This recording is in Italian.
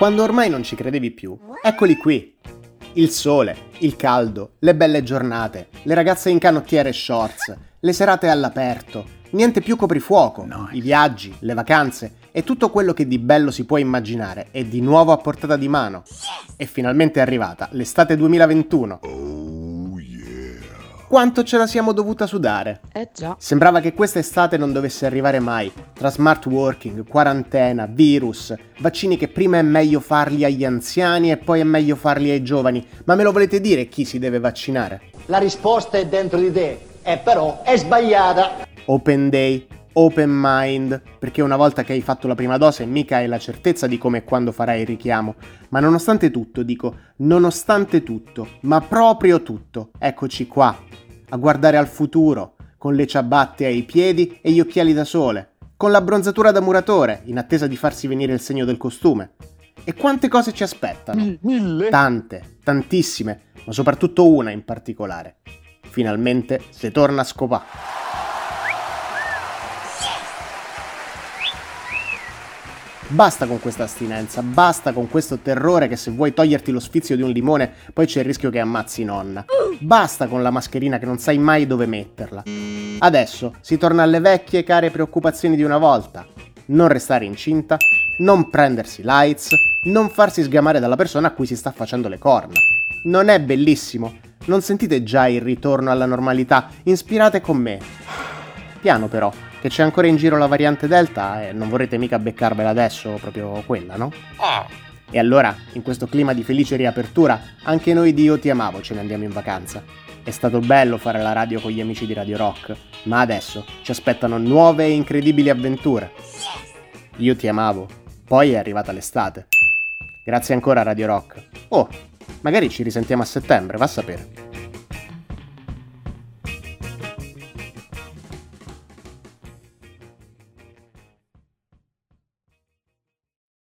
Quando ormai non ci credevi più, eccoli qui. Il sole, il caldo, le belle giornate, le ragazze in canottiere e shorts, le serate all'aperto, niente più coprifuoco, i viaggi, le vacanze e tutto quello che di bello si può immaginare è di nuovo a portata di mano. E finalmente è arrivata l'estate 2021. Quanto ce la siamo dovuta sudare? Già. Sembrava che questa estate non dovesse arrivare mai, tra smart working, quarantena, virus, vaccini che prima è meglio farli agli anziani e poi è meglio farli ai giovani. Ma me lo volete dire chi si deve vaccinare? La risposta è dentro di te, però è sbagliata. Open day, open mind, perché una volta che hai fatto la prima dose mica hai la certezza di come e quando farai il richiamo. Ma nonostante tutto, dico, nonostante tutto, ma proprio tutto, eccoci qua, a guardare al futuro, con le ciabatte ai piedi e gli occhiali da sole, con l'abbronzatura da muratore, in attesa di farsi venire il segno del costume. E quante cose ci aspettano? 1000. Tante, tantissime, ma soprattutto una in particolare. Finalmente si torna a scopà. Basta con questa astinenza, basta con questo terrore che se vuoi toglierti lo sfizio di un limone poi c'è il rischio che ammazzi nonna. Basta con la mascherina che non sai mai dove metterla. Adesso si torna alle vecchie care preoccupazioni di una volta. Non restare incinta, non prendersi l'AIDS, non farsi sgamare dalla persona a cui si sta facendo le corna. Non è bellissimo? Non sentite già il ritorno alla normalità? Inspirate con me. Piano però, che c'è ancora in giro la variante Delta e non vorrete mica beccarvela adesso, proprio quella, no? E allora, in questo clima di felice riapertura, anche noi di Io Ti Amavo ce ne andiamo in vacanza. È stato bello fare la radio con gli amici di Radio Rock, ma adesso ci aspettano nuove e incredibili avventure. Io Ti Amavo, poi è arrivata l'estate. Grazie ancora Radio Rock. Oh, magari ci risentiamo a settembre, va a sapere.